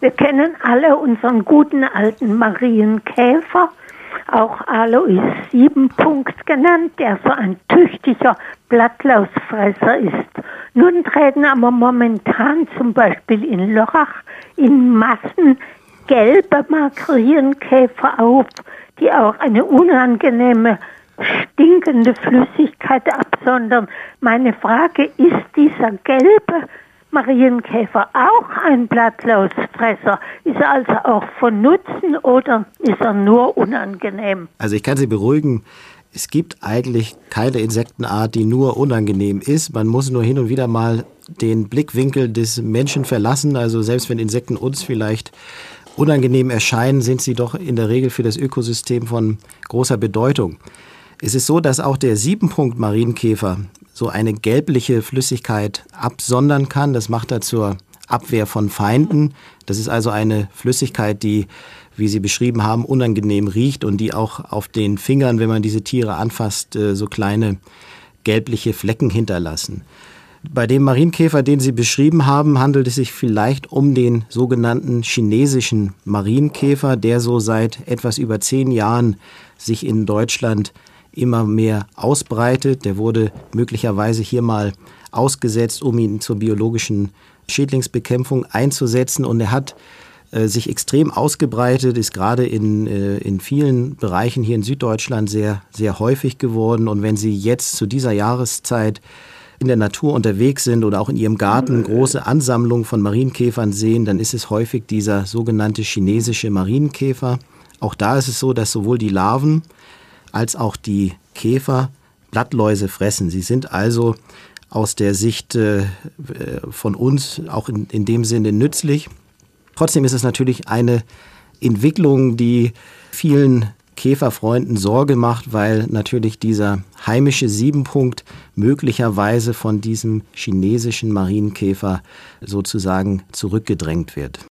Wir kennen alle unseren guten alten Marienkäfer, auch Alois Siebenpunkt genannt, der so ein tüchtiger Blattlausfresser ist. Nun treten aber momentan zum Beispiel in Lörrach in Massen gelbe Marienkäfer auf, die auch eine unangenehme, stinkende Flüssigkeit absondern. Meine Frage, ist dieser gelbe Marienkäfer auch ein Blattlausfresser? Ist er also auch von Nutzen oder ist er nur unangenehm? Also ich kann Sie beruhigen, es gibt eigentlich keine Insektenart, die nur unangenehm ist. Man muss nur hin und wieder mal den Blickwinkel des Menschen verlassen. Also selbst wenn Insekten uns vielleicht unangenehm erscheinen, sind sie doch in der Regel für das Ökosystem von großer Bedeutung. Es ist so, dass auch der Siebenpunkt-Marienkäfer so eine gelbliche Flüssigkeit absondern kann. Das macht er zur Abwehr von Feinden. Das ist also eine Flüssigkeit, die, wie Sie beschrieben haben, unangenehm riecht und die auch auf den Fingern, wenn man diese Tiere anfasst, so kleine gelbliche Flecken hinterlassen. Bei dem Marienkäfer, den Sie beschrieben haben, handelt es sich vielleicht um den sogenannten chinesischen Marienkäfer, der so seit etwas über 10 Jahren sich in Deutschland immer mehr ausbreitet. Der wurde möglicherweise hier mal ausgesetzt, um ihn zur biologischen Schädlingsbekämpfung einzusetzen. Und er hat sich extrem ausgebreitet, ist gerade in vielen Bereichen hier in Süddeutschland sehr, sehr häufig geworden. Und wenn Sie jetzt zu dieser Jahreszeit in der Natur unterwegs sind oder auch in Ihrem Garten große Ansammlungen von Marienkäfern sehen, dann ist es häufig dieser sogenannte chinesische Marienkäfer. Auch da ist es so, dass sowohl die Larven als auch die Käfer Blattläuse fressen. Sie sind also aus der Sicht von uns auch in dem Sinne nützlich. Trotzdem ist es natürlich eine Entwicklung, die vielen Käferfreunden Sorge macht, weil natürlich dieser heimische Siebenpunkt möglicherweise von diesem chinesischen Marienkäfer sozusagen zurückgedrängt wird.